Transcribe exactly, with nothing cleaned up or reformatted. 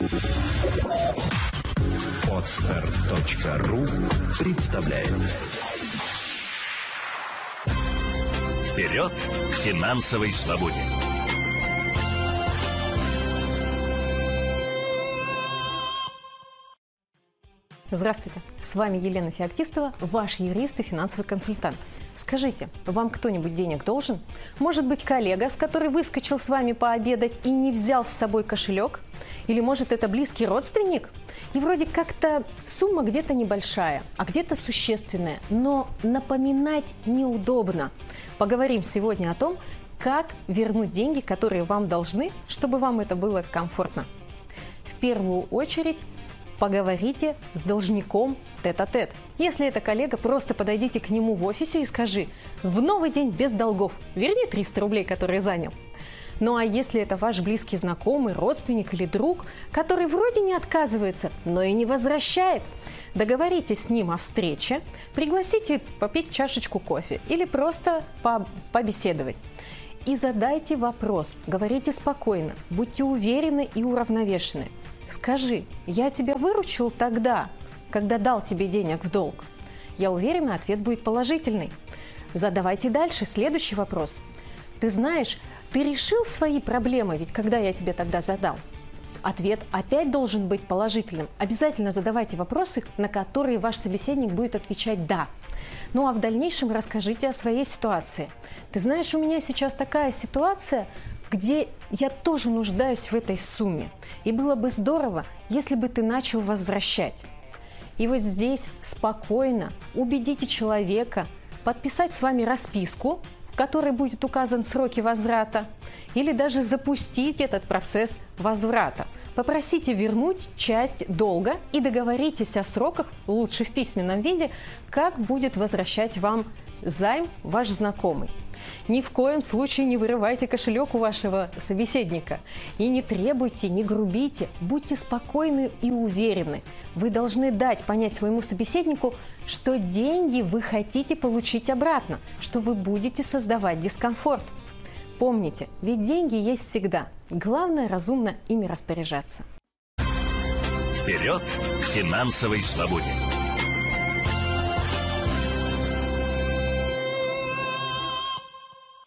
Подстер точка ру представляет. Вперед к финансовой свободе! Здравствуйте, с вами Елена Феоктистова, ваш юрист и финансовый консультант. Скажите, вам кто-нибудь денег должен? Может быть, коллега, с которой выскочил с вами пообедать и не взял с собой кошелек? Или, может, это близкий родственник? И вроде как-то сумма где-то небольшая, а где-то существенная, но напоминать неудобно. Поговорим сегодня о том, как вернуть деньги, которые вам должны, чтобы вам это было комфортно. В первую очередь, поговорите с должником тет-а-тет. Если это коллега, просто подойдите к нему в офисе и скажи: в новый день без долгов верни триста рублей, которые занял. Ну а если это ваш близкий знакомый, родственник или друг, который вроде не отказывается, но и не возвращает, договоритесь с ним о встрече, пригласите попить чашечку кофе или просто по- побеседовать. И задайте вопрос, говорите спокойно, будьте уверены и уравновешены. Скажи: я тебя выручил тогда, когда дал тебе денег в долг? Я уверена, ответ будет положительный. Задавайте дальше следующий вопрос. Ты знаешь, ты решил свои проблемы, ведь когда я тебе тогда задал? Ответ опять должен быть положительным. Обязательно задавайте вопросы, на которые ваш собеседник будет отвечать «да». Ну а в дальнейшем расскажите о своей ситуации. Ты знаешь, у меня сейчас такая ситуация, где я тоже нуждаюсь в этой сумме. И было бы здорово, если бы ты начал возвращать. И вот здесь спокойно убедите человека подписать с вами расписку, в которой будет указан сроки возврата, или даже запустить этот процесс возврата. Попросите вернуть часть долга и договоритесь о сроках, лучше в письменном виде, как будет возвращать вам займ ваш знакомый. Ни в коем случае не вырывайте кошелек у вашего собеседника и не требуйте, не грубите, будьте спокойны и уверены. Вы должны дать понять своему собеседнику, что деньги вы хотите получить обратно, что вы будете создавать дискомфорт. Помните, ведь деньги есть всегда. Главное, разумно ими распоряжаться. Вперед к финансовой свободе!